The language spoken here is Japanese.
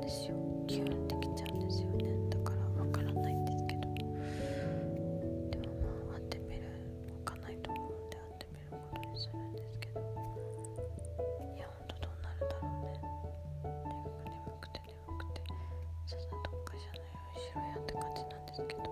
ですよ。キュンってきちゃうんですよね。だからわからないんですけど、でもまあ会ってみる、わかんないと思うんで会ってみることにするんですけど、いやほんとどうなるだろうね。とにかく眠くてさっさと会社の後ろやって感じなんですけど、